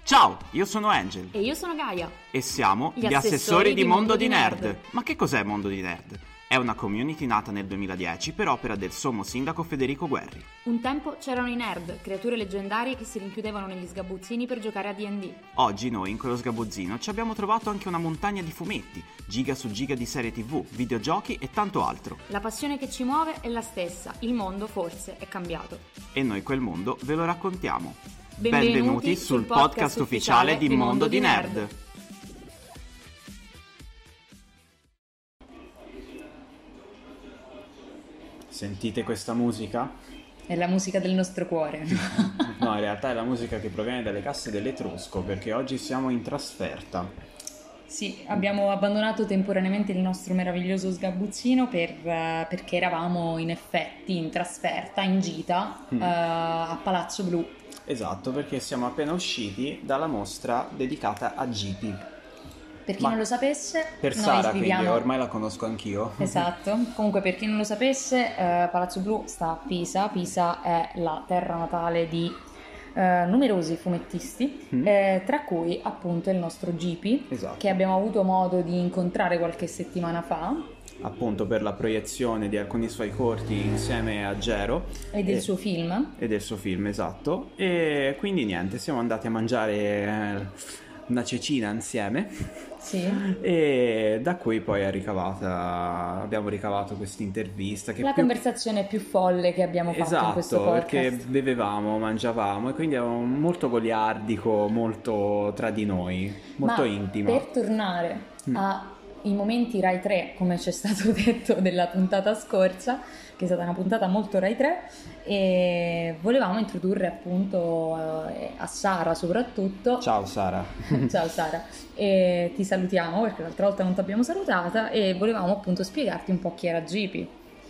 Ciao, io sono Angel. E io sono Gaia. E siamo gli assessori di Mondo di Nerd. Ma che cos'è Mondo di Nerd? È una community nata nel 2010 per opera del sommo sindaco Federico Guerri. Un tempo c'erano i nerd, creature leggendarie che si rinchiudevano negli sgabuzzini per giocare a D&D. Oggi noi in quello sgabuzzino ci abbiamo trovato anche una montagna di fumetti, giga su giga di serie TV, videogiochi e tanto altro. La passione che ci muove è la stessa, il mondo forse è cambiato. E noi quel mondo ve lo raccontiamo. Benvenuti sul podcast ufficiale di Mondo di Nerd. Sentite questa musica? È la musica del nostro cuore. No, in realtà è la musica che proviene dalle casse dell'Etrusco, perché oggi siamo in trasferta. Sì, abbiamo abbandonato temporaneamente il nostro meraviglioso sgabuzzino perché eravamo in effetti in trasferta, in gita a Palazzo Blu. Esatto, perché siamo appena usciti dalla mostra dedicata a Gipi. Per chi non lo sapesse, per noi Sara, viviamo... quindi ormai la conosco anch'io. Esatto, comunque per chi non lo sapesse, Palazzo Blu sta a Pisa. Pisa è la terra natale di numerosi fumettisti, tra cui appunto il nostro Gipi, esatto, che abbiamo avuto modo di incontrare qualche settimana fa. Appunto per la proiezione di alcuni suoi corti insieme a Gero. E del suo film. E del suo film, esatto. E quindi niente, siamo andati a mangiare una cecina insieme. Sì. E da cui poi abbiamo ricavato questa intervista. La conversazione più folle che abbiamo fatto in questo podcast. Perché bevevamo, mangiavamo e quindi eravamo molto goliardico, molto tra di noi, molto intimo. Per tornare ai momenti Rai 3, come ci è stato detto della puntata scorsa, che è stata una puntata molto Rai 3, e volevamo introdurre appunto a Sara soprattutto. Ciao Sara. Ciao Sara, e ti salutiamo perché l'altra volta non ti abbiamo salutata, e volevamo appunto spiegarti un po' chi era Gipi.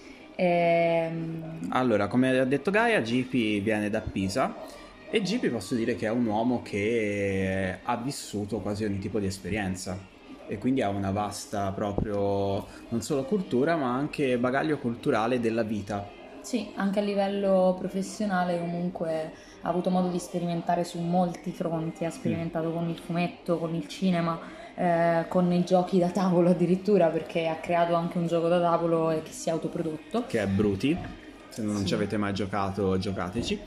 Allora, come ha detto Gaia, Gipi viene da Pisa e Gipi posso dire che è un uomo che ha vissuto quasi ogni tipo di esperienza. E quindi ha una vasta proprio non solo cultura ma anche bagaglio culturale della vita. Sì, anche a livello professionale comunque ha avuto modo di sperimentare su molti fronti, ha sperimentato con il fumetto, con il cinema, con i giochi da tavolo addirittura, perché ha creato anche un gioco da tavolo che si è autoprodotto. Che è Bruti, se non ci avete mai giocato giocateci.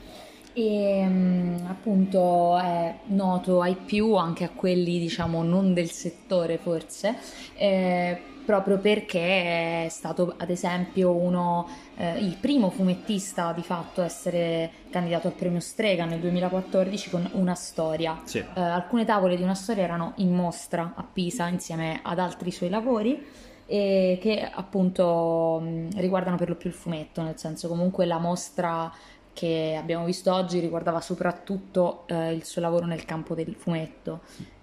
E appunto è noto ai più, anche a quelli diciamo non del settore forse, proprio perché è stato ad esempio il primo fumettista di fatto a essere candidato al premio Strega nel 2014 con Una storia. Sì. Alcune tavole di Una storia erano in mostra a Pisa insieme ad altri suoi lavori, e che appunto riguardano per lo più il fumetto, nel senso comunque la mostra che abbiamo visto oggi riguardava soprattutto il suo lavoro nel campo del fumetto.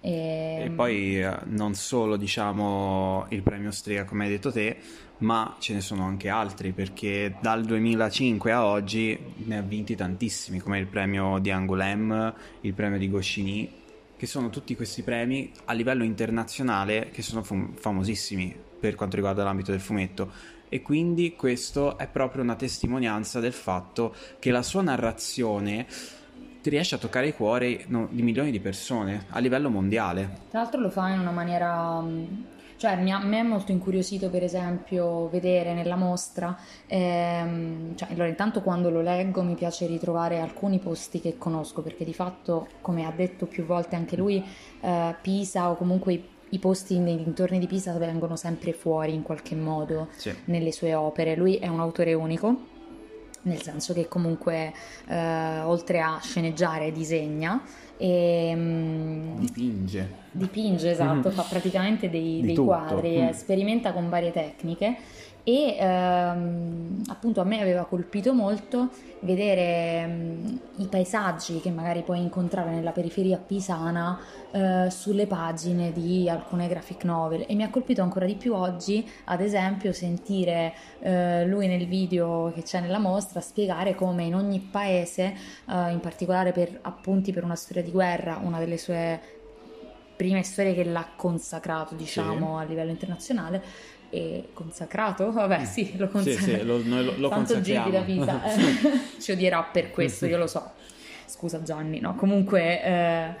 E poi non solo diciamo il premio Strega come hai detto te, ma ce ne sono anche altri, perché dal 2005 a oggi ne ha vinti tantissimi, come il premio di Angoulême, il premio di Goscinny, che sono tutti questi premi a livello internazionale che sono famosissimi per quanto riguarda l'ambito del fumetto. E quindi questo è proprio una testimonianza del fatto che la sua narrazione ti riesce a toccare i cuori di milioni di persone a livello mondiale. Tra l'altro lo fa in una maniera... Cioè, me è molto incuriosito per esempio vedere nella mostra, allora intanto quando lo leggo mi piace ritrovare alcuni posti che conosco, perché di fatto, come ha detto più volte anche lui, Pisa o comunque i posti nei dintorni di Pisa vengono sempre fuori in qualche modo, sì, nelle sue opere. Lui è un autore unico, nel senso che comunque oltre a sceneggiare disegna e dipinge, esatto, fa praticamente dei quadri, sperimenta con varie tecniche. E appunto a me aveva colpito molto vedere i paesaggi che magari puoi incontrare nella periferia pisana sulle pagine di alcune graphic novel, e mi ha colpito ancora di più oggi ad esempio sentire lui nel video che c'è nella mostra spiegare come in ogni paese, in particolare per appunti per una storia di guerra, una delle sue prime storie che l'ha consacrato diciamo a livello internazionale, e consacrato? Vabbè, sì, lo consacriamo. Sì, noi lo tanto consacriamo. Gipi da Pisa ci odierà per questo, io lo so. Scusa Gianni, no? Comunque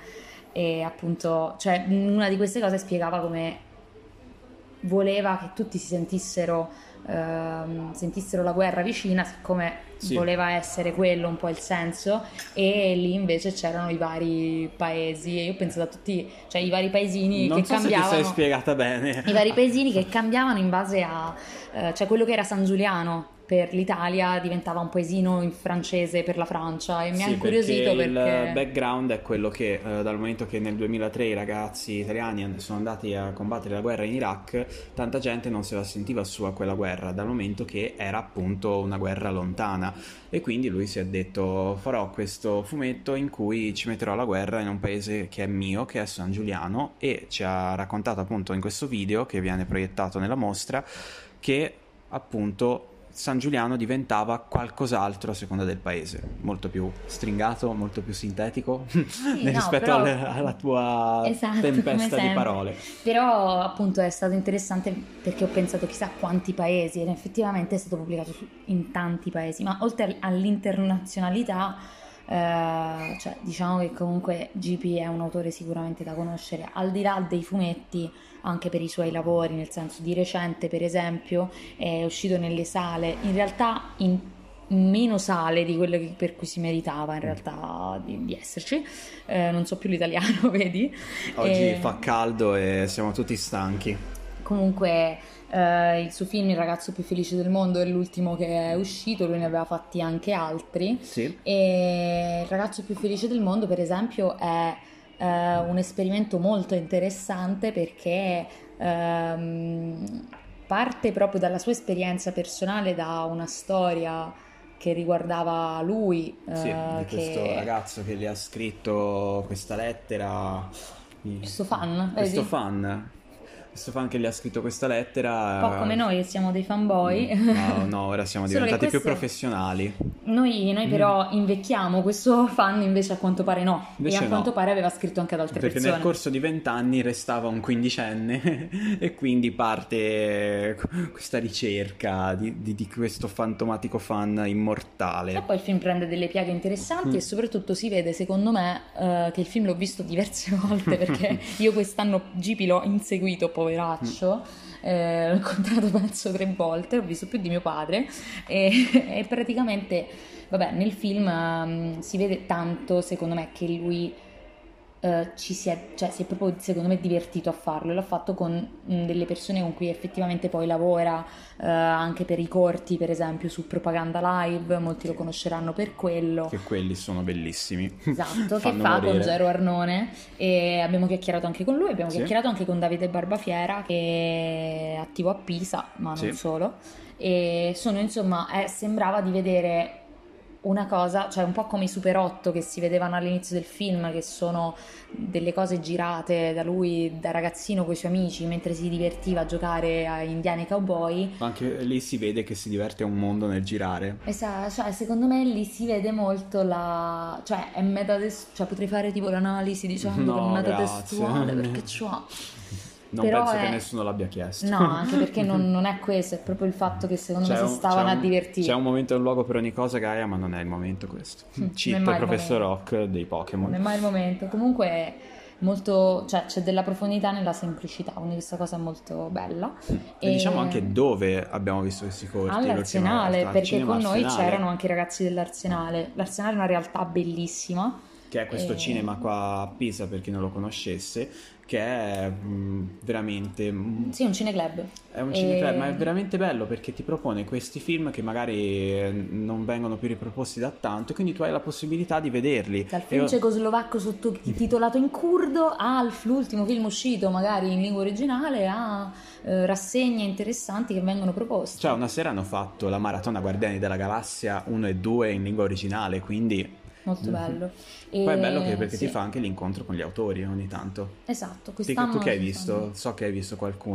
e appunto, cioè una di queste cose spiegava come voleva che tutti si sentissero la guerra vicina, siccome voleva essere quello un po' il senso, e lì invece c'erano i vari paesi, e io penso da tutti, cioè i vari paesini non che so cambiavano. Se ti sei spiegata bene. I vari paesini che cambiavano in base a cioè quello che era San Giuliano per l'Italia diventava un paesino in francese per la Francia, e mi ha incuriosito perché il background è quello che dal momento che nel 2003 i ragazzi italiani sono andati a combattere la guerra in Iraq, tanta gente non se la sentiva su a quella guerra, dal momento che era appunto una guerra lontana, e quindi lui si è detto: farò questo fumetto in cui ci metterò la guerra in un paese che è mio, che è San Giuliano, e ci ha raccontato appunto in questo video che viene proiettato nella mostra che appunto San Giuliano diventava qualcos'altro a seconda del paese, molto più stringato, molto più sintetico rispetto alla tua tempesta di parole. Però appunto è stato interessante perché ho pensato chissà quanti paesi, ed effettivamente è stato pubblicato in tanti paesi, ma oltre all'internazionalità, cioè diciamo che comunque GP è un autore sicuramente da conoscere, al di là dei fumetti, anche per i suoi lavori, nel senso di recente per esempio è uscito nelle sale, in realtà in meno sale di quelle per cui si meritava in realtà di esserci, non so più l'italiano, vedi? Oggi fa caldo e siamo tutti stanchi. Comunque il suo film Il ragazzo più felice del mondo è l'ultimo che è uscito, lui ne aveva fatti anche altri, e Il ragazzo più felice del mondo per esempio è un esperimento molto interessante perché parte proprio dalla sua esperienza personale, da una storia che riguardava lui, di questo ragazzo che gli ha scritto questa lettera, questo fan che gli ha scritto questa lettera, un po' come noi che siamo dei fanboy. No, ora siamo diventati più professionali. Noi però invecchiamo, questo fan invece a quanto pare no, invece e a quanto pare aveva scritto anche ad altre persone. Perché nel corso di 20 anni restava un quindicenne e quindi parte questa ricerca di questo fantomatico fan immortale. E poi il film prende delle pieghe interessanti e soprattutto si vede, secondo me, che il film l'ho visto diverse volte perché io quest'anno GP l'ho inseguito, poveraccio, l'ho incontrato penso 3 volte, ho visto più di mio padre, e praticamente vabbè, nel film si vede tanto, secondo me, che lui si è proprio, secondo me, divertito a farlo, e l'ha fatto con delle persone con cui effettivamente poi lavora, anche per i corti per esempio su Propaganda Live, molti lo conosceranno per quello, che quelli sono bellissimi, esatto, che fa morire. Con Gero Arnone, e abbiamo chiacchierato anche con lui, abbiamo chiacchierato anche con Davide Barbafiera che è attivo a Pisa, ma non solo, e sono insomma sembrava di vedere una cosa, cioè un po' come i Super 8 che si vedevano all'inizio del film, che sono delle cose girate da lui da ragazzino con i suoi amici mentre si divertiva a giocare a indiani e cowboy. Anche lì si vede che si diverte un mondo nel girare. Esatto, cioè secondo me lì si vede molto cioè è cioè potrei fare tipo l'analisi dicendo che è metatestuale perché c'ho. Non però penso che nessuno l'abbia chiesto. No, anche perché non è questo, è proprio il fatto che secondo me si stavano a divertire. C'è un momento e un luogo per ogni cosa, Gaia, ma non è il momento questo. Cheat Professor Rock dei Pokémon. Non è mai il momento. Comunque molto, cioè c'è della profondità nella semplicità, quindi questa cosa è molto bella. E diciamo anche dove abbiamo visto questi corti. All'Arsenale, perché con noi c'erano anche i ragazzi dell'Arsenale. L'Arsenale è una realtà bellissima. Che è questo cinema qua a Pisa, per chi non lo conoscesse, che è veramente... Sì, un cineclub. È un cineclub, ma è veramente bello perché ti propone questi film che magari non vengono più riproposti da tanto, e quindi tu hai la possibilità di vederli. Dal film cecoslovacco sottotitolato in curdo l'ultimo film uscito magari in lingua originale, a rassegne interessanti che vengono proposte. Cioè una sera hanno fatto la maratona Guardiani della Galassia 1 e 2 in lingua originale, quindi... Molto bello. Poi è bello perché ti fa anche l'incontro con gli autori ogni tanto. Esatto. Tu che hai visto? So che hai visto qualcuno.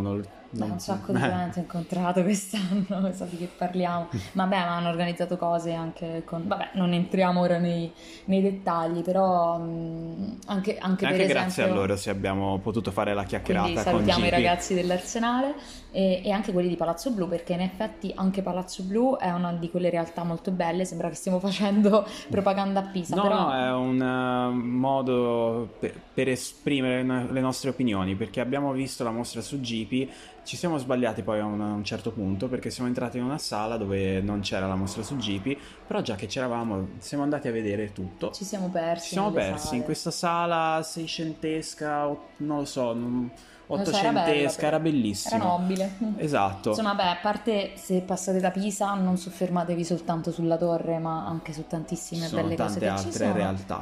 Un sacco di gente ho incontrato quest'anno, so di che parliamo. Vabbè, ma hanno organizzato cose anche con... Vabbè, non entriamo ora nei dettagli, però anche per esempio... grazie a loro se abbiamo potuto fare la chiacchierata con Gipi. Salutiamo i ragazzi dell'Arsenale e anche quelli di Palazzo Blu, perché in effetti anche Palazzo Blu è una di quelle realtà molto belle, sembra che stiamo facendo propaganda a Pisa. No, però... no, è un modo per esprimere le nostre opinioni, perché abbiamo visto la mostra su Gipi. Ci siamo sbagliati poi a un certo punto, perché siamo entrati in una sala dove non c'era la mostra su Gipi, però già che c'eravamo siamo andati a vedere tutto. Ci siamo persi In questa sala seicentesca, non lo so, ottocentesca, era bellissima. Era nobile. Esatto. Insomma, beh, a parte se passate da Pisa non soffermatevi soltanto sulla torre, ma anche su tantissime belle cose che ci sono. Tante altre realtà.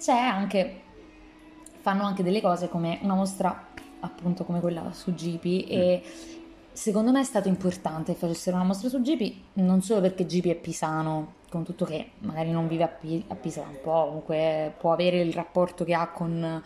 Fanno anche delle cose come una mostra appunto come quella su Gipi e secondo me è stato importante che facessero una mostra su Gipi, non solo perché Gipi è pisano, con tutto che magari non vive a Pisa da un po', comunque può avere il rapporto che ha con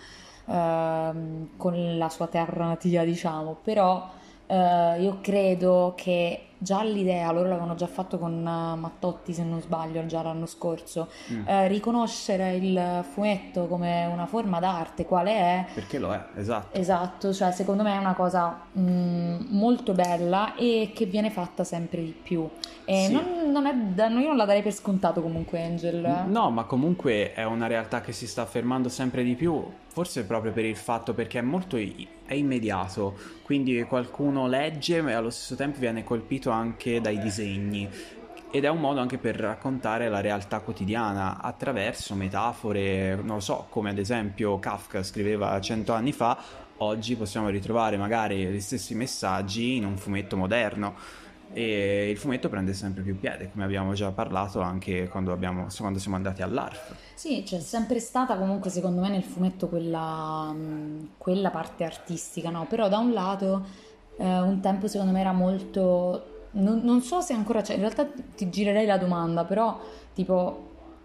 la sua terra natia, diciamo, però io credo che già l'idea, loro l'avevano già fatto con Mattotti se non sbaglio già l'anno scorso, riconoscere il fumetto come una forma d'arte quale è, perché lo è, esatto, cioè secondo me è una cosa molto bella e che viene fatta sempre di più e sì. io non la darei per scontato comunque, Angel. No, ma comunque è una realtà che si sta affermando sempre di più, forse proprio per il fatto perché è immediato, quindi qualcuno legge ma allo stesso tempo viene colpito anche dai disegni ed è un modo anche per raccontare la realtà quotidiana attraverso metafore, non lo so, come ad esempio Kafka scriveva 100 anni fa, oggi possiamo ritrovare magari gli stessi messaggi in un fumetto moderno e il fumetto prende sempre più piede, come abbiamo già parlato anche quando siamo andati all'ARF. Sì, c'è sempre stata comunque secondo me nel fumetto quella parte artistica, no? Però da un lato un tempo secondo me era molto... Non so se ancora c'è, in realtà ti girerei la domanda, però tipo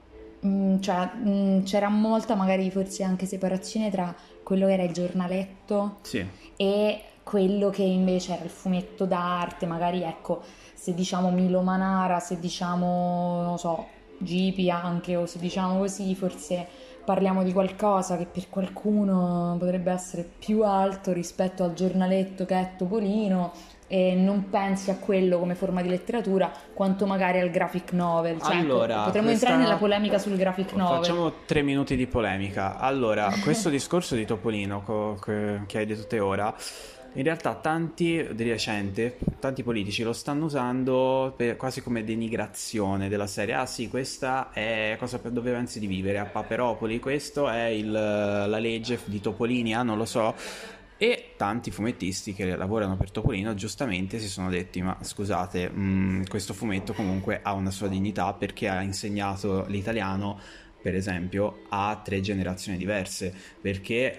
c'era molta magari forse anche separazione tra quello che era il giornaletto e quello che invece era il fumetto d'arte, magari ecco, se diciamo Milo Manara, se diciamo, non so, Gipi anche, o se diciamo così, forse parliamo di qualcosa che per qualcuno potrebbe essere più alto rispetto al giornaletto che è Topolino e non pensi a quello come forma di letteratura quanto magari al graphic novel. Cioè, allora, potremmo entrare nella polemica sul graphic novel. Facciamo 3 minuti di polemica. Allora, questo discorso di Topolino che hai detto te ora, in realtà tanti politici lo stanno usando quasi come denigrazione della serie. Ah sì, questa è cosa dove pensi di vivere, a Paperopoli, questo è la legge di Topolini, non lo so. E tanti fumettisti che lavorano per Topolino giustamente si sono detti ma scusate, questo fumetto comunque ha una sua dignità perché ha insegnato l'italiano per esempio a 3 generazioni diverse, perché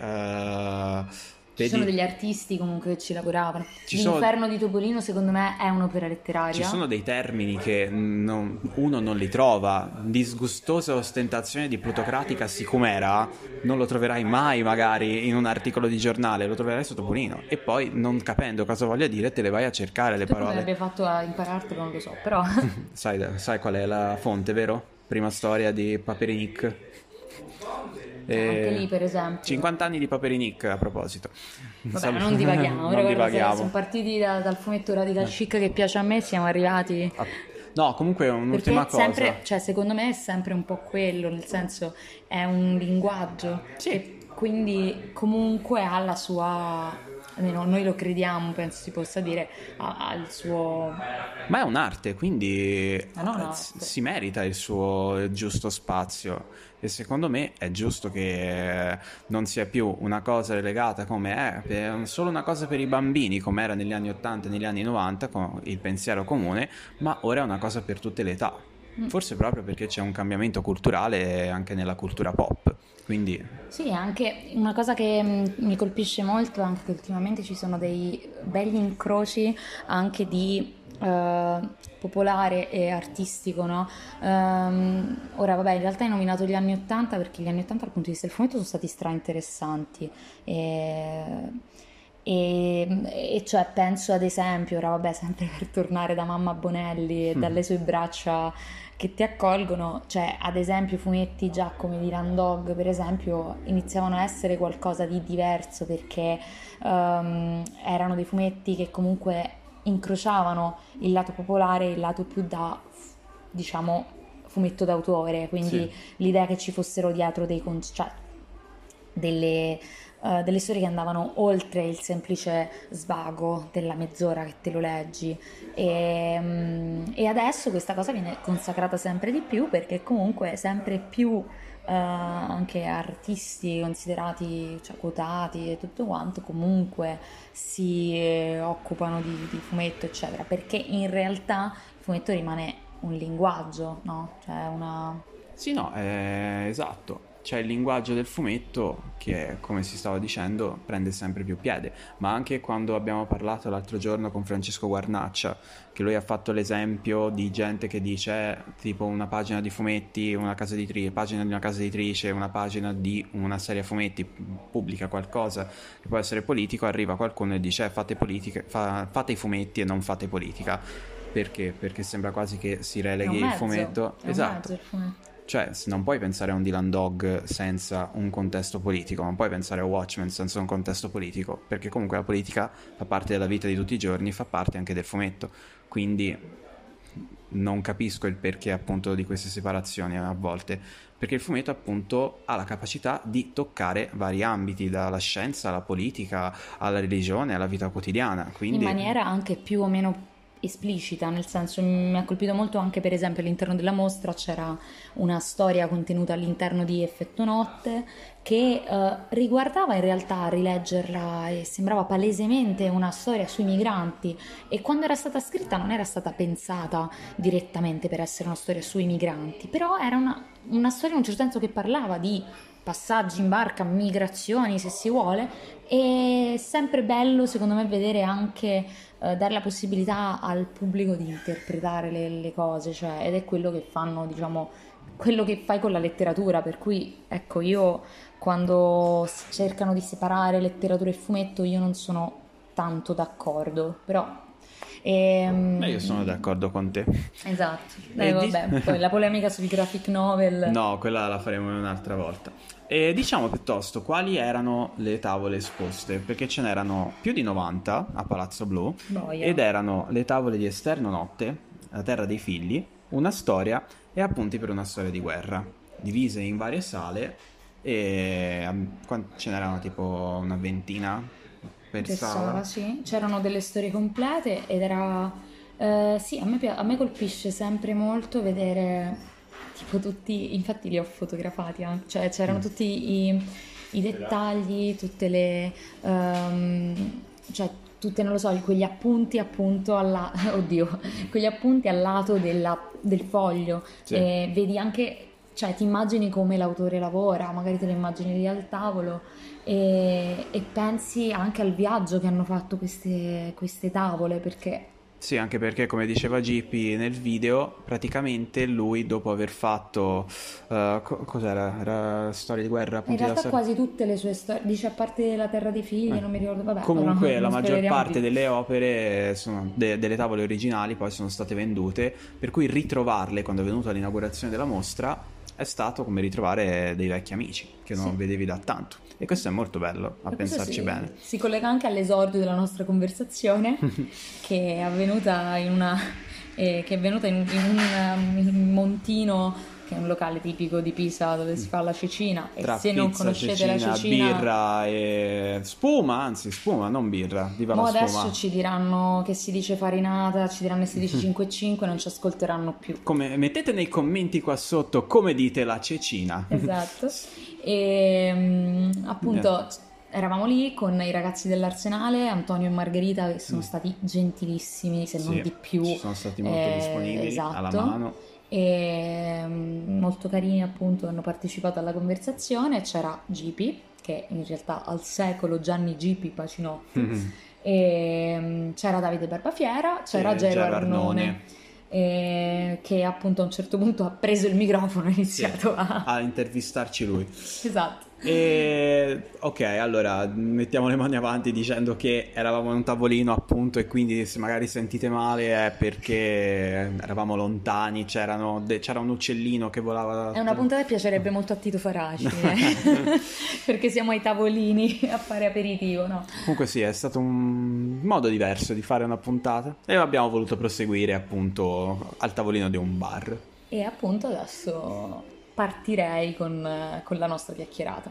ci sono degli artisti comunque che ci lavoravano. L'inferno di Topolino secondo me è un'opera letteraria. Ci sono dei termini che uno non li trova. Disgustosa ostentazione di plutocratica sicumera non lo troverai mai magari in un articolo di giornale, lo troverai su Topolino e poi non capendo cosa voglia dire te le vai a cercare le parole. Come abbia fatto a imparartelo non lo so, però sai qual è la fonte, vero? Prima storia di Paperinik. Anche lì per esempio 50 anni di Paperinik a proposito. Vabbè, non divaghiamo, siamo partiti dal fumetto radical chic che piace a me, siamo arrivati no, comunque un'ultima cosa sempre, cioè secondo me è sempre un po' quello, nel senso è un linguaggio che quindi comunque ha la sua, almeno noi lo crediamo, penso si possa dire, ha il suo... Ma è un'arte, quindi si merita il suo giusto spazio e secondo me è giusto che non sia più una cosa relegata come è solo una cosa per i bambini come era negli anni 80 e negli anni 90 con il pensiero comune, ma ora è una cosa per tutte le età, forse proprio perché c'è un cambiamento culturale anche nella cultura pop. Quindi... Sì, anche una cosa che mi colpisce molto è anche che ultimamente ci sono dei belli incroci anche di popolare e artistico, no? Ora vabbè, in realtà hai nominato gli anni 80 perché gli anni 80 dal punto di vista del fumetto sono stati interessanti E cioè penso ad esempio, ora vabbè, sempre per tornare da mamma Bonelli e dalle sue braccia che ti accolgono, cioè ad esempio fumetti già come Dylan Dog per esempio iniziavano a essere qualcosa di diverso perché erano dei fumetti che comunque incrociavano il lato popolare e il lato più da, diciamo, fumetto d'autore, quindi l'idea che ci fossero dietro cioè, delle storie che andavano oltre il semplice svago della mezz'ora che te lo leggi e adesso questa cosa viene consacrata sempre di più perché comunque sempre più anche artisti considerati, cioè, quotati e tutto quanto comunque si occupano di fumetto eccetera, perché in realtà il fumetto rimane un linguaggio, no? Cioè una... Sì, no, esatto. C'è il linguaggio del fumetto che, come si stava dicendo, prende sempre più piede. Ma anche quando abbiamo parlato l'altro giorno con Francesco Guarnaccia, che lui ha fatto l'esempio di gente che dice tipo una pagina di fumetti, una casa editrice, pagina di una casa editrice, una pagina di una serie a fumetti, pubblica qualcosa che può essere politico, arriva qualcuno e dice fate politica, fate i fumetti e non fate politica. Perché? Perché sembra quasi che si releghi il fumetto. Esatto. Il fumetto. Cioè, non puoi pensare a un Dylan Dog senza un contesto politico, non puoi pensare a Watchmen senza un contesto politico, perché comunque la politica fa parte della vita di tutti i giorni, fa parte anche del fumetto. Quindi non capisco il perché appunto di queste separazioni a volte, perché il fumetto appunto ha la capacità di toccare vari ambiti, dalla scienza alla politica, alla religione, alla vita quotidiana. Quindi... in maniera anche più o meno esplicita, nel senso mi ha colpito molto anche per esempio all'interno della mostra c'era una storia contenuta all'interno di Effetto Notte che riguardava in realtà a rileggerla e sembrava palesemente una storia sui migranti e quando era stata scritta non era stata pensata direttamente per essere una storia sui migranti, però era una storia in un certo senso che parlava di passaggi in barca, migrazioni se si vuole, e sempre bello secondo me vedere anche dare la possibilità al pubblico di interpretare le cose, cioè, ed è quello che fanno, diciamo, quello che fai con la letteratura, per cui ecco io quando cercano di separare letteratura e fumetto io non sono tanto d'accordo, però io sono d'accordo con te. esatto. Vabbè, poi la polemica sui graphic novel no, quella la faremo un'altra volta. E diciamo piuttosto quali erano le tavole esposte, perché ce n'erano più di 90 a Palazzo Blu. Boia. Ed erano le tavole di Esterno Notte, La Terra dei Figli, Una Storia e Appunti per una storia di guerra, divise in varie sale e ce n'erano tipo una ventina per sala. Sì, c'erano delle storie complete ed era sì, a me colpisce sempre molto vedere tipo tutti, infatti li ho fotografati anche, cioè c'erano tutti i dettagli, tutte le cioè tutte, non lo so, quegli appunti appunto oddio, quegli appunti al lato del foglio. Sì. Vedi anche, cioè ti immagini come l'autore lavora, magari te lo immagini lì al tavolo e pensi anche al viaggio che hanno fatto queste tavole, perché Sì, anche perché come diceva GP nel video, praticamente lui dopo aver fatto cos'era? Era storia di guerra, in appunti realtà della quasi tutte le sue storie, dice a parte La Terra dei Figli, non mi ricordo, vabbè, Comunque non la maggior spoileriamo parte di- delle opere delle tavole originali poi sono state vendute, per cui ritrovarle quando è venuto all'inaugurazione della mostra è stato come ritrovare dei vecchi amici che non Sì. vedevi da tanto. E questo è molto bello, a E questo pensarci bene. si collega anche all'esordio della nostra conversazione che è avvenuta in un montino che è un locale tipico di Pisa dove si fa la cecina e Tra se non pizza, conoscete la cecina birra e spuma, anzi spuma, non birra, viva mo la adesso spuma. ci diranno che si dice farinata, ci diranno che si dice 5,5 non ci ascolteranno più. Come, mettete nei commenti qua sotto come dite la cecina. Esatto. E appunto eravamo lì con i ragazzi dell'Arsenale, Antonio e Margherita, che sono stati gentilissimi, se non Sì, di più. ci sono stati molto disponibili, esatto. alla mano. E molto carini, appunto, hanno partecipato alla conversazione. C'era Gipi, che in realtà al secolo Gianni Gipi Pacinotti, e c'era Davide Barbafiera, c'era Gero Arnone. Che appunto a un certo punto ha preso il microfono e ha iniziato a intervistarci lui. esatto, E ok, allora mettiamo le mani avanti dicendo che eravamo in un tavolino, appunto, e quindi se magari sentite male è perché eravamo lontani, c'era un uccellino che volava. È una puntata che piacerebbe molto a Tito Faraci, perché siamo ai tavolini a fare aperitivo, no? Comunque sì, è stato un modo diverso di fare una puntata e abbiamo voluto proseguire appunto al tavolino di un bar. E appunto adesso partirei con la nostra chiacchierata.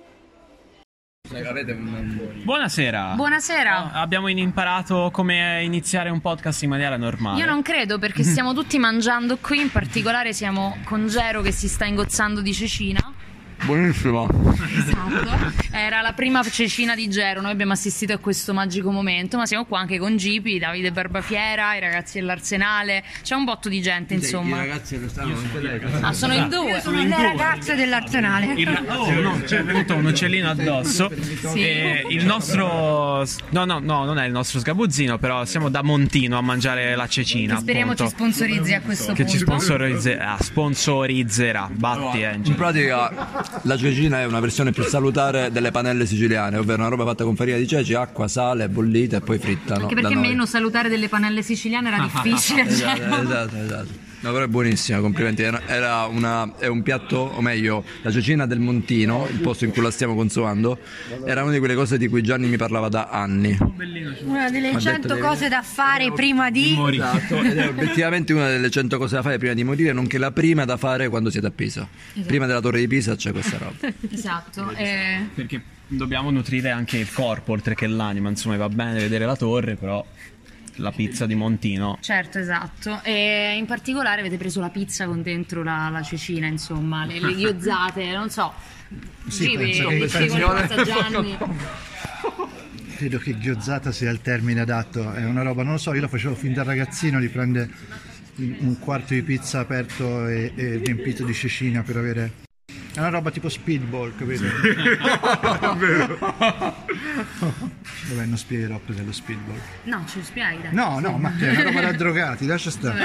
Buonasera. Buonasera. Abbiamo imparato come iniziare un podcast in maniera normale. Io non credo, perché stiamo tutti mangiando qui, in particolare siamo con Gero che si sta ingozzando di cecina. Buonissima. Esatto, era la prima cecina di Gero, noi abbiamo assistito a questo magico momento, ma siamo qua anche con Gipi, Davide Barbafiera, i ragazzi dell'Arsenale, c'è un botto di gente, insomma. I ragazzi dello Stato. Sono in due. Io sono le ragazze dell'Arsenale. C'è appunto un uccellino addosso. Sì. E il nostro no, non è il nostro sgabuzzino, però siamo da Montino a mangiare la cecina. Speriamo appunto, ci sponsorizzi a questo che punto. ci sponsorizzerà. Batti, Angie. In pratica la cecina è una versione più salutare delle panelle siciliane, ovvero una roba fatta con farina di ceci, acqua, sale, bollita e poi fritta. Anche perché meno salutare delle pannelle siciliane era difficile. Esatto. No, però è buonissima, complimenti. È un piatto, o meglio, la cecina del Montino, il posto in cui la stiamo consumando, era una di quelle cose di cui Gianni mi parlava da anni. Una delle 100 cose da fare prima di Esatto, ed è obiettivamente una delle 100 cose da fare prima di morire, nonché la prima da fare quando siete a Pisa. Prima della torre di Pisa c'è questa roba. Esatto. Perché dobbiamo nutrire anche il corpo oltre che l'anima, insomma, va bene vedere la torre, però la pizza di Montino. Certo, esatto. E in particolare avete preso la pizza con dentro la cecina, insomma, le ghiozzate, non so. Sì, penso Gianni. credo che ghiozzata sia il termine adatto, è una roba, non lo so, io lo facevo fin da ragazzino, di prendere un quarto di pizza aperto e riempito di cecina per avere... È una roba tipo speedball, capito? Vabbè, non spiegherò cos'è lo speedball. No, ce lo spieghi, dai. No, ma che è una roba da drogati, lascia stare.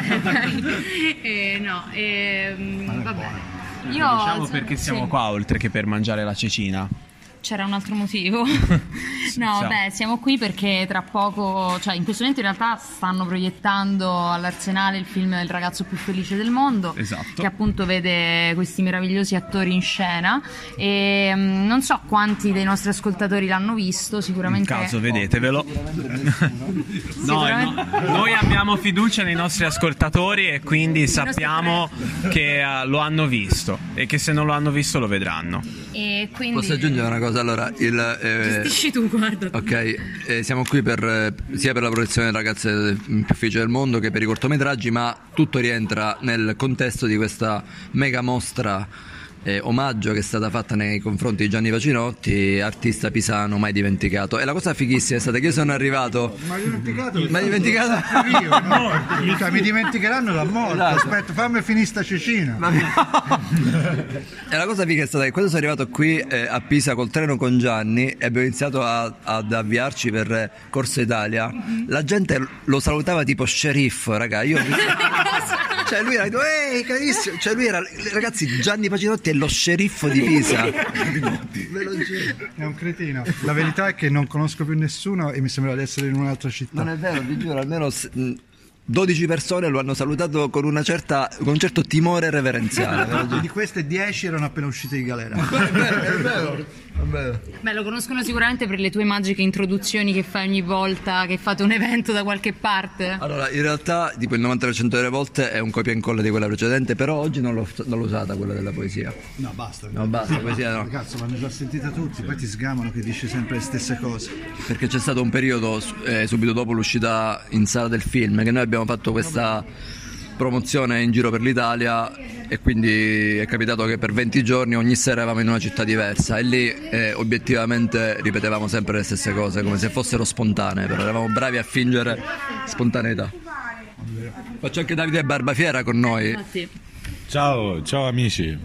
Vabbè. Diciamo perché siamo qua oltre che per mangiare la cecina. C'era un altro motivo. No, beh, siamo qui perché tra poco, cioè in questo momento in realtà stanno proiettando all'Arsenale il film del ragazzo più felice del mondo, esatto, che appunto vede questi meravigliosi attori in scena e non so quanti dei nostri ascoltatori l'hanno visto, sicuramente. In caso vedetevelo. Noi abbiamo fiducia nei nostri ascoltatori e quindi sappiamo che lo hanno visto e che se non lo hanno visto lo vedranno. E quindi... Posso aggiungere una cosa? Allora, gestisci tu, guarda. Ok, siamo qui sia per la protezione delle ragazze più felici del mondo che per i cortometraggi, ma tutto rientra nel contesto di questa mega mostra omaggio che è stata fatta nei confronti di Gianni Facinotti, artista pisano mai dimenticato. E la cosa fighissima è stata che io sono arrivato... Ma dimenticato? Io, no? Mi dimenticheranno da morte. Esatto. Aspetta, fammi finire sta cecina. E la cosa figa è stata che quando sono arrivato qui a Pisa col treno con Gianni e abbiamo iniziato ad avviarci per Corso Italia, la gente lo salutava tipo sceriffo, raga. Io cioè lui era ehi carissimo, cioè lui era, ragazzi, Gianni Facinotti è lo sceriffo di Pisa. Ve lo giuro. È un cretino. La verità è che non conosco più nessuno e mi sembra di essere in un'altra città. Non è vero, vi giuro, almeno 12 persone lo hanno salutato con un certo timore reverenziale. Di queste 10 erano appena uscite di galera. È vero. Beh, lo conoscono sicuramente per le tue magiche introduzioni che fai ogni volta che fate un evento da qualche parte. Allora, in realtà tipo il 90% delle volte è un copia e incolla di quella precedente, però oggi non l'ho usata quella della poesia. No, basta. No, basta, poesia no. Cazzo, l'hanno già sentita tutti, poi ti sgamano che dice sempre le stesse cose. Perché c'è stato un periodo subito dopo l'uscita in sala del film che noi abbiamo fatto questa promozione in giro per l'Italia e quindi è capitato che per 20 giorni ogni sera eravamo in una città diversa e lì obiettivamente ripetevamo sempre le stesse cose come se fossero spontanee, però eravamo bravi a fingere spontaneità. Faccio anche Davide Barbafiera con noi. Sì. Ciao amici.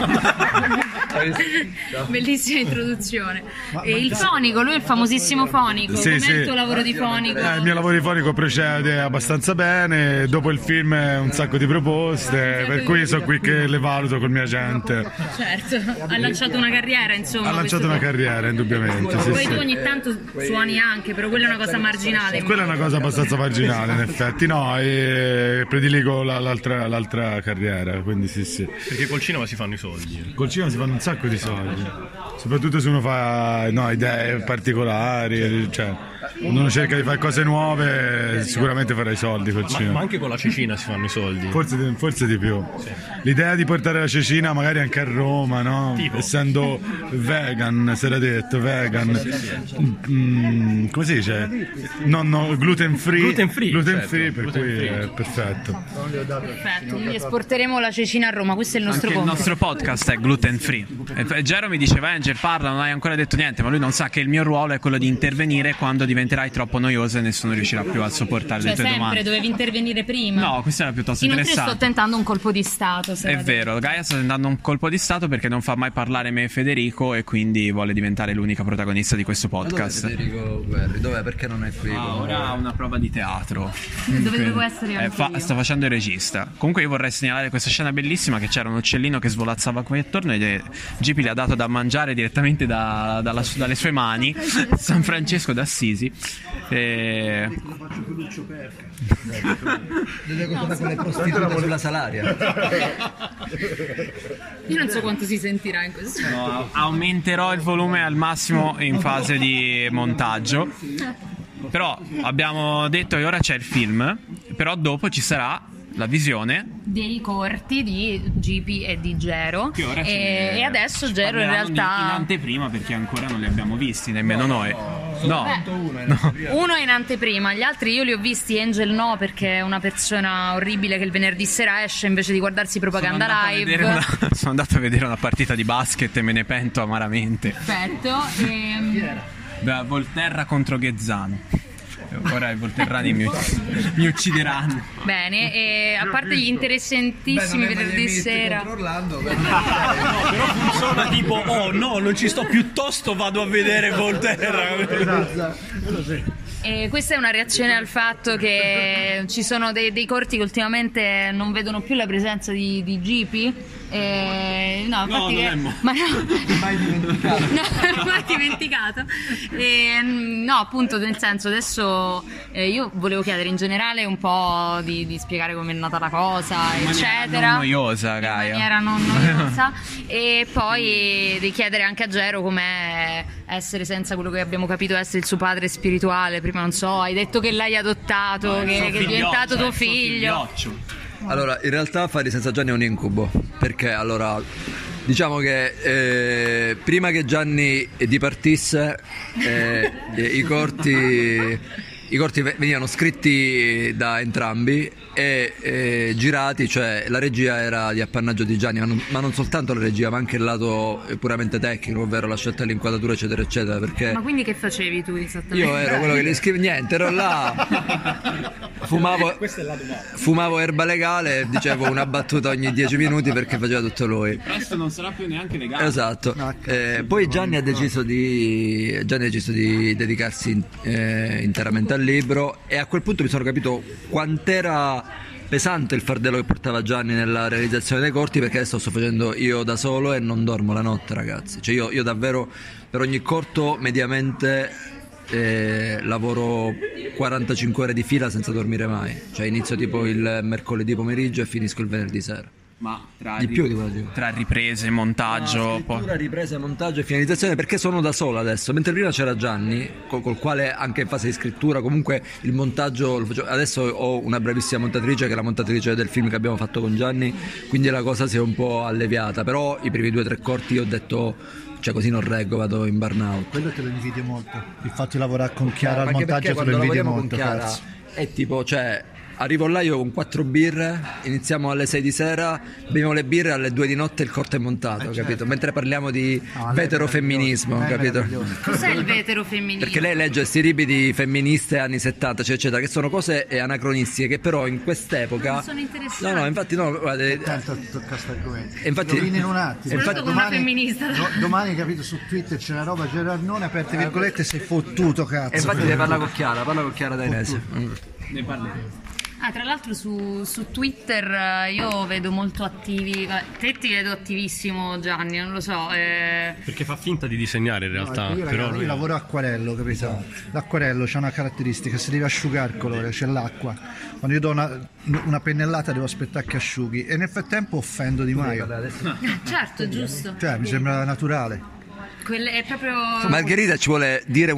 Bellissima introduzione. E il fonico, lui è il famosissimo fonico. Sì, com'è sì. il tuo lavoro di fonico? Il mio lavoro di fonico procede abbastanza bene. Dopo il film un sacco di proposte, per cui sono qui che le valuto col mio agente. Certo, ha lanciato una carriera, insomma. Ha lanciato una carriera, indubbiamente. Sì, Poi sì. tu ogni tanto suoni anche, però quella è una cosa marginale. Quella è una cosa abbastanza marginale, in effetti. No, prediligo l'altra carriera, quindi sì. Perché col cinema si fanno i soldi. Col cinema si fanno un sacco di soldi, soprattutto se uno fa idee particolari, cioè uno cerca di fare cose nuove, sicuramente farai soldi col cinema. Ma anche con la cecina si fanno i soldi. Forse di più. Sì. L'idea di portare la cecina magari anche a Roma, no? Tipo? Essendo vegan, si era detto, vegan. Come si dice? No, gluten free, per cui è perfetto. Perfetto, quindi esporteremo la cecina a Roma, questo è il nostro Anche il compito. nostro podcast è gluten free. E Gero mi diceva, Angel parla, non hai ancora detto niente, ma lui non sa che il mio ruolo è quello di intervenire quando diventerai troppo noioso e nessuno riuscirà più a sopportare Cioè le tue sempre domande. dovevi intervenire prima. No, questa era piuttosto Inoltre interessante. sto tentando un colpo di stato. È vero, Gaia sta tentando un colpo di stato perché non fa mai parlare me e Federico e quindi vuole diventare l'unica protagonista di questo podcast. Dov'è Federico Guerri? Dov'è? Perché non è qui? Ora ha una prova di teatro. Dove devo essere anche io. Sta facendo il regista. Comunque io vorrei segnalare questa scena bellissima, che c'era un uccellino che svolazzava qui attorno e Gipi le ha dato da mangiare direttamente dalle sue mani. San Francesco d'Assisi. Deve contare quelle prostitute sulla Salaria. Io non so quanto si sentirà in questo momento. No, aumenterò il volume al massimo in fase di montaggio. Però abbiamo detto che ora c'è il film, però dopo ci sarà la visione dei corti di GP e di Gero. che ora E adesso Gero in in realtà anteprima, perché ancora non li abbiamo visti nemmeno noi. No. uno è in anteprima, gli altri io li ho visti, Angel no, perché è una persona orribile che il venerdì sera esce invece di guardarsi propaganda live. Sono andato a vedere una partita di basket e me ne pento amaramente. Perfetto. Da Volterra contro Ghezzano. Ora i volterrani mi uccideranno. Bene, e a parte gli interessantissimi venerdì sera. No, però funziona tipo, oh no, non ci sto, piuttosto vado a vedere Volterra. E questa è una reazione al fatto che ci sono dei corti che ultimamente non vedono più la presenza di GP. No, infatti non è ma no, mai dimenticato. No, mai dimenticato. No, appunto, nel senso, adesso io volevo chiedere in generale un po' di spiegare come è nata la cosa, eccetera. Non noiosa, Gaia. In maniera non noiosa. E poi di chiedere anche a Gero com'è essere senza quello che abbiamo capito essere il suo padre spirituale. Prima non so, hai detto che l'hai adottato, che è diventato tuo figlio. Allora, in realtà fare senza Gianni è un incubo, perché allora diciamo che prima che Gianni dipartisse i corti venivano scritti da entrambi e girati, cioè la regia era di appannaggio di Gianni, ma non soltanto la regia, ma anche il lato puramente tecnico, ovvero la scelta dell'inquadratura eccetera eccetera, perché Ma quindi che facevi tu esattamente? io ero quello che gli scrive niente, ero là, fumavo erba legale, dicevo una battuta ogni 10 minuti perché faceva tutto lui. Presto non sarà più neanche legale. Esatto. Poi Gianni ha deciso di dedicarsi interamente al libro e a quel punto mi sono capito quant'era pesante il fardello che portava Gianni nella realizzazione dei corti, perché adesso sto facendo io da solo e non dormo la notte, ragazzi. Cioè io davvero per ogni corto mediamente lavoro 45 ore di fila senza dormire mai. Cioè inizio tipo il mercoledì pomeriggio e finisco il venerdì sera. Ma tra riprese, montaggio, riprese, montaggio e finalizzazione, perché sono da solo adesso, mentre prima c'era Gianni col quale anche in fase di scrittura comunque il montaggio lo facevo. Adesso ho una bravissima montatrice che è la montatrice del film che abbiamo fatto con Gianni, quindi la cosa si è un po' alleviata, però i primi 2 o 3 corti io ho detto cioè così non reggo, vado in burnout. Quello te lo invidio molto, il fatto di lavorare con Chiara al montaggio te lo invidio molto, Chiara è tipo, cioè arrivo là io con 4 birre, iniziamo alle 6 di sera, beviamo le birre, alle 2 di notte il corto è montato, capito? Mentre parliamo di veterofemminismo, capito? Cos'è il veterofemminismo? Perché lei legge questi libri di femministe anni 70, eccetera, che sono cose anacronistiche che però in quest'epoca non sono interessanti. No, infatti no, guarda, infatti in un attimo. Infatti come una femminista. Domani, capito, su Twitter c'è una roba Gerardone, aperte virgolette, sei fottuto, cazzo. e infatti ne parla con Chiara Dainese. Ne parleremo. Tra l'altro su Twitter io vedo molto attivi, te ti vedo attivissimo Gianni, non lo so. Perché fa finta di disegnare in realtà. Io lavoro acquarello, capito? L'acquarello c'ha una caratteristica, si deve asciugare il colore, c'è l'acqua. Quando io do una pennellata devo aspettare che asciughi e nel frattempo offendo Di Maio. Certo, giusto. Cioè mi sembra naturale. È proprio... Margherita ci vuole dire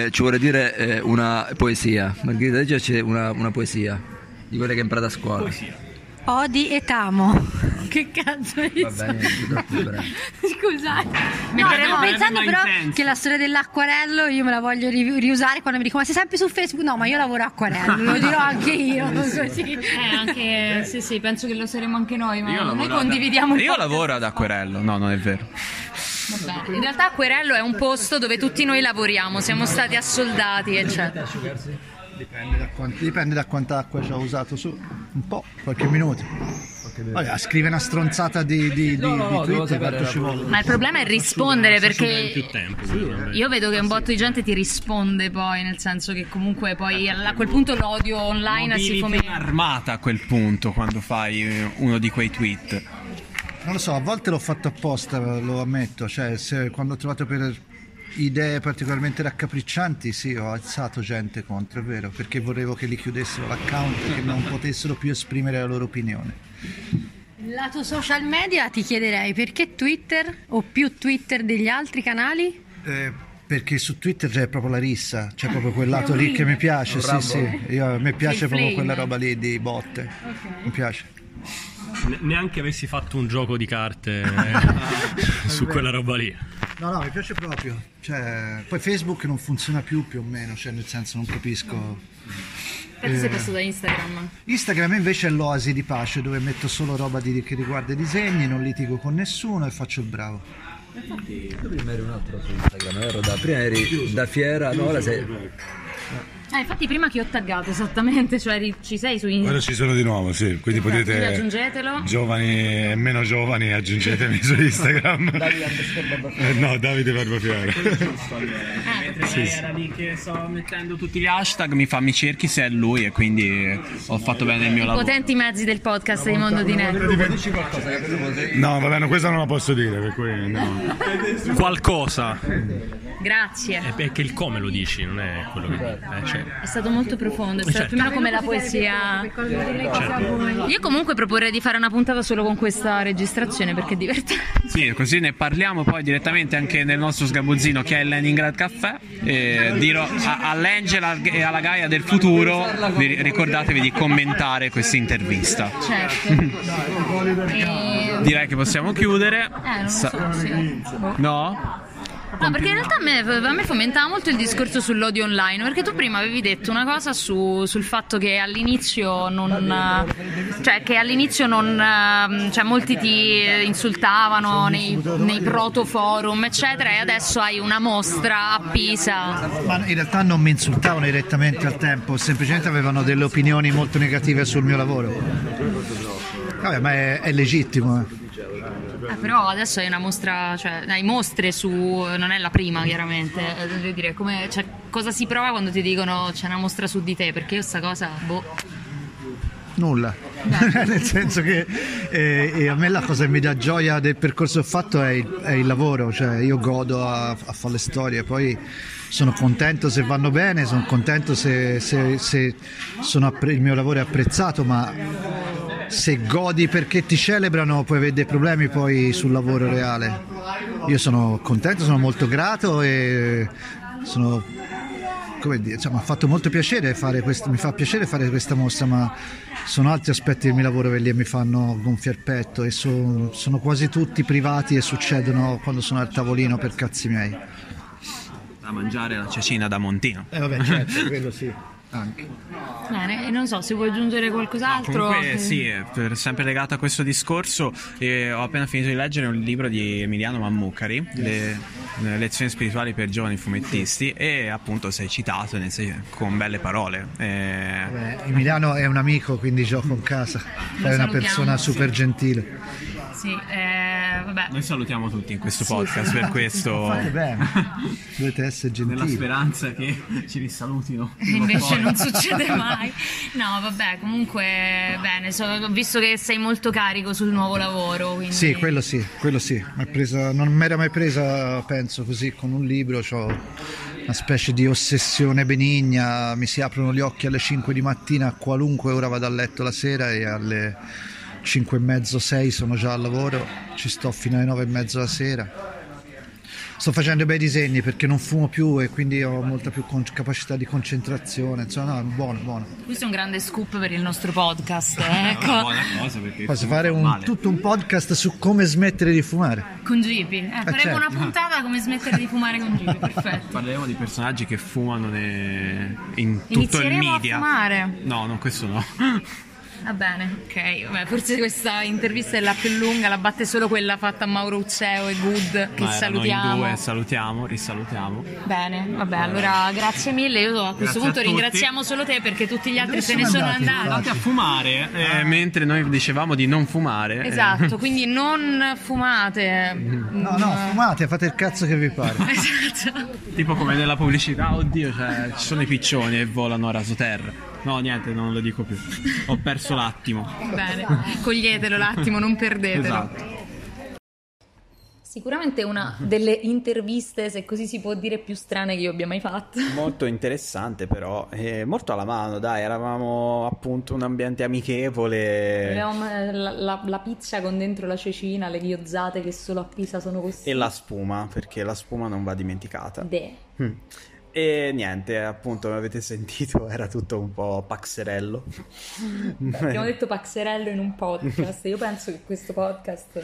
una poesia. Margherita, leggerci una poesia di quelle che ha imparato a scuola. Odi e t'amo. Che cazzo è Va bene, scusate. No, stavo pensando però che la storia dell'acquarello io me la voglio riusare quando mi dicono ma sei sempre su Facebook? No, ma io lavoro acquarello, lo dirò anche io. Così. Anche sì, penso che lo saremo anche noi, ma noi condividiamo Io lavoro ad acquerello, no, non è vero. Vabbè. In realtà Acquerello è un posto dove tutti noi lavoriamo, siamo stati assoldati, eccetera. Dipende da quanta acqua ci ha usato su, un po', qualche minuto. Allora, scrive una stronzata di Twitter, quanto ci vuole. Ma il problema è rispondere, perché più tempo, io vedo che un botto di gente ti risponde poi, nel senso che comunque poi a quel punto l'odio online si fomenta. Armata a quel punto quando fai uno di quei tweet. Non lo so, a volte l'ho fatto apposta, lo ammetto, cioè quando ho trovato per idee particolarmente raccapriccianti, sì, ho alzato gente contro, è vero, perché volevo che li chiudessero l'account e che non potessero più esprimere la loro opinione. Lato social media ti chiederei perché Twitter o più Twitter degli altri canali? Perché su Twitter c'è proprio la rissa, c'è proprio quel lato lì che mi piace, sì, a me piace proprio quella roba lì di botte, mi piace. Neanche avessi fatto un gioco di carte su quella roba lì. No, mi piace proprio. Cioè, poi Facebook non funziona più o meno, cioè nel senso non capisco. Perché sei passato da Instagram? Instagram invece è l'oasi di pace dove metto solo roba che riguarda i disegni, non litigo con nessuno e faccio il bravo. Infatti tu prima eri un altro su Instagram, vero? Prima eri da fiera, no? Ora sei... Infatti prima che ho taggato esattamente, cioè ci sei su Instagram. Ora ci sono di nuovo, sì, quindi potete aggiungetelo. Giovani e meno giovani aggiungetemi su Instagram. No, Davide Barbafiera. Era lì che sto mettendo tutti gli hashtag, mi cerchi se è lui e quindi ho fatto bene il mio lavoro. Potenti mezzi del podcast di Mondo di Net. No, vabbè, questa non la posso dire, per cui no. Qualcosa. Grazie. È perché il come lo dici, non è quello che cioè. È stato molto profondo, è stato più o meno come la poesia. Io comunque proporrei di fare una puntata solo con questa registrazione perché è divertente. Sì, così ne parliamo poi direttamente anche nel nostro sgabuzzino che è il Leningrad Caffè. E dirò all'Angela e alla Gaia del futuro, ricordatevi di commentare questa intervista. Certo. Direi che possiamo chiudere. Non so, sì. No? No, perché in realtà a me fomentava molto il discorso sull'odio online, perché tu prima avevi detto una cosa sul fatto che all'inizio cioè molti ti insultavano nei proto forum eccetera, e adesso hai una mostra a Pisa. Ma in realtà non mi insultavano direttamente al tempo, semplicemente avevano delle opinioni molto negative sul mio lavoro. Vabbè, ma è legittimo. Però adesso hai una mostra, cioè hai mostre su, non è la prima chiaramente, devo dire, cosa si prova quando ti dicono c'è una mostra su di te, perché io sta cosa, nulla. Nel senso che a me la cosa che mi dà gioia del percorso che ho fatto è il lavoro, cioè io godo a fare le storie, poi sono contento se vanno bene, sono contento se il mio lavoro è apprezzato, ma se godi perché ti celebrano puoi avere dei problemi poi sul lavoro reale. Io sono contento, sono molto grato e sono, come dire, mi ha fatto molto piacere fare questo, mi fa piacere fare questa mostra, ma sono altri aspetti del mio lavoro che lì mi fanno gonfiare il petto e sono quasi tutti privati e succedono quando sono al tavolino per cazzi miei. Da mangiare la cecina da Montino. Vabbè, certo, quello sì. anche. Bene, e non so se vuoi aggiungere qualcos'altro. Comunque sì, sempre legato a questo discorso, ho appena finito di leggere un libro di Emiliano Mammucari, le lezioni spirituali per giovani fumettisti, e appunto sei citato con belle parole. Vabbè, Emiliano è un amico, quindi gioco in casa, è una persona super gentile. Sì, vabbè. Noi salutiamo tutti in questo podcast, per questo Fate bene, dovete essere gentili. nella speranza che ci risalutino. Invece non succede mai. No, vabbè, comunque bene, ho visto che sei molto carico sul nuovo lavoro, quindi... Sì, quello sì. Non mi era mai presa, penso, così con un libro. C'ho una specie di ossessione benigna, mi si aprono gli occhi alle 5 di mattina a qualunque ora vado a letto la sera, e alle 5:30, 6 sono già al lavoro, ci sto fino alle 9:30 la sera. Sto facendo bei disegni perché non fumo più e quindi ho molta più capacità di concentrazione. Insomma, no, buono. Questo è un grande scoop per il nostro podcast, ecco. È una buona cosa, perché posso fare tutto un podcast su come smettere di fumare con Gipi. Faremo certo. Una puntata come smettere di fumare con Gipi, perfetto. Parleremo di personaggi che fumano in tutto Inizieremo il media. A fumare. No, questo no. Va bene, ok. Vabbè, forse questa intervista è la più lunga, la batte solo quella fatta a Mauro Ucceo e Good, che salutiamo. In due, risalutiamo. Bene, vabbè, allora grazie mille. Io a questo punto ringraziamo solo te, perché tutti gli altri se ne sono andati a fumare, mentre noi dicevamo di non fumare. Esatto, quindi non fumate. No, fumate, fate il cazzo che vi pare. Esatto. Tipo come nella pubblicità, oddio, cioè, ci sono i piccioni e volano a rasoterra. No, niente, non lo dico più. Ho perso l'attimo. Bene, coglietelo l'attimo, non perdetelo. Esatto. Sicuramente una delle interviste, se così si può dire, più strane che io abbia mai fatto. Molto interessante, però molto alla mano, dai, eravamo appunto un ambiente amichevole. Avevamo la pizza con dentro la cecina, le ghiozzate che solo a Pisa sono così. E la spuma, perché la spuma non va dimenticata. E niente, appunto, come avete sentito, era tutto un po' paxerello. Abbiamo detto paxerello in un podcast. Io penso che questo podcast...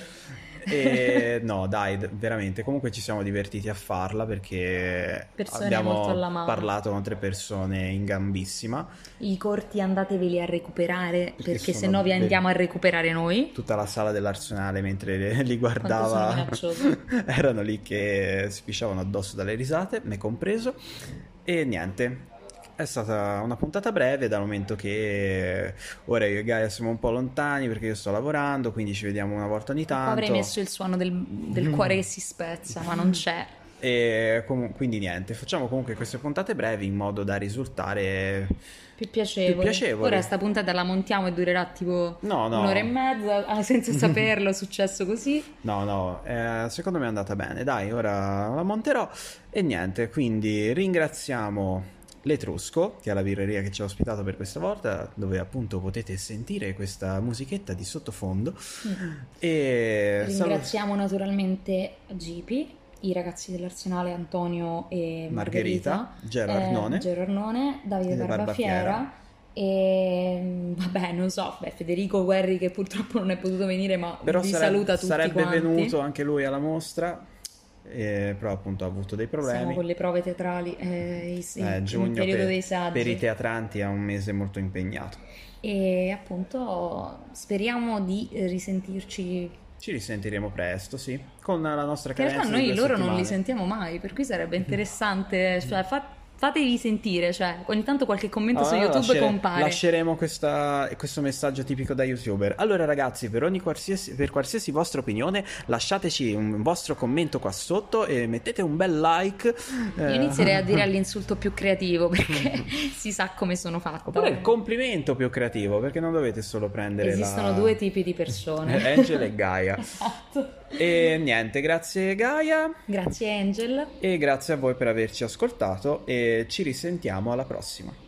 no, dai, veramente, comunque ci siamo divertiti a farla, perché persone abbiamo molto alla mano. parlato con 3 persone in gambissima. I corti andateveli a recuperare, perché se no vi andiamo a recuperare noi. Tutta la sala dell'Arsenale, mentre li guardava, erano lì che si pisciavano addosso dalle risate, me compreso. E niente, è stata una puntata breve, dal momento che ora io e Gaia siamo un po' lontani perché io sto lavorando, quindi ci vediamo una volta ogni tanto. Avrei messo il suono del cuore che si spezza, ma non c'è. E quindi niente, facciamo comunque queste puntate brevi in modo da risultare più piacevoli. Ora sta puntata la montiamo e durerà tipo un'ora e mezza, senza saperlo, è successo così. No, secondo me è andata bene, dai, ora la monterò. E niente, quindi ringraziamo l'Etrusco, che è la birreria che ci ha ospitato per questa volta, dove appunto potete sentire questa musichetta di sottofondo. E ringraziamo naturalmente Gipi, i ragazzi dell'Arsenale Antonio e Margherita, Gero Arnone, Davide Barbafiera e vabbè, non so, Federico Guerri, che purtroppo non è potuto venire, ma però vi saluta tutti sarebbe quanti. Venuto anche lui alla mostra, però appunto ha avuto dei problemi. Siamo con le prove teatrali, giugno, il periodo dei saggi. Per i teatranti è un mese molto impegnato. E appunto speriamo di risentirci. Ci risentiremo presto, sì, con la nostra cadenza. In realtà noi loro settimane. Non li sentiamo mai, per cui sarebbe interessante, cioè fatevi sentire, cioè ogni tanto qualche commento su YouTube compare. Lasceremo questo messaggio tipico da YouTuber. Allora ragazzi, per qualsiasi vostra opinione, lasciateci un vostro commento qua sotto e mettete un bel like. Io inizierei a dire all'insulto più creativo, perché si sa come sono fatta. Oppure il complimento più creativo, perché non dovete solo prendere Esistono 2 tipi di persone, Angel e Gaia. Esatto. E niente, grazie Gaia. Grazie Angel. E grazie a voi per averci ascoltato, e ci risentiamo alla prossima.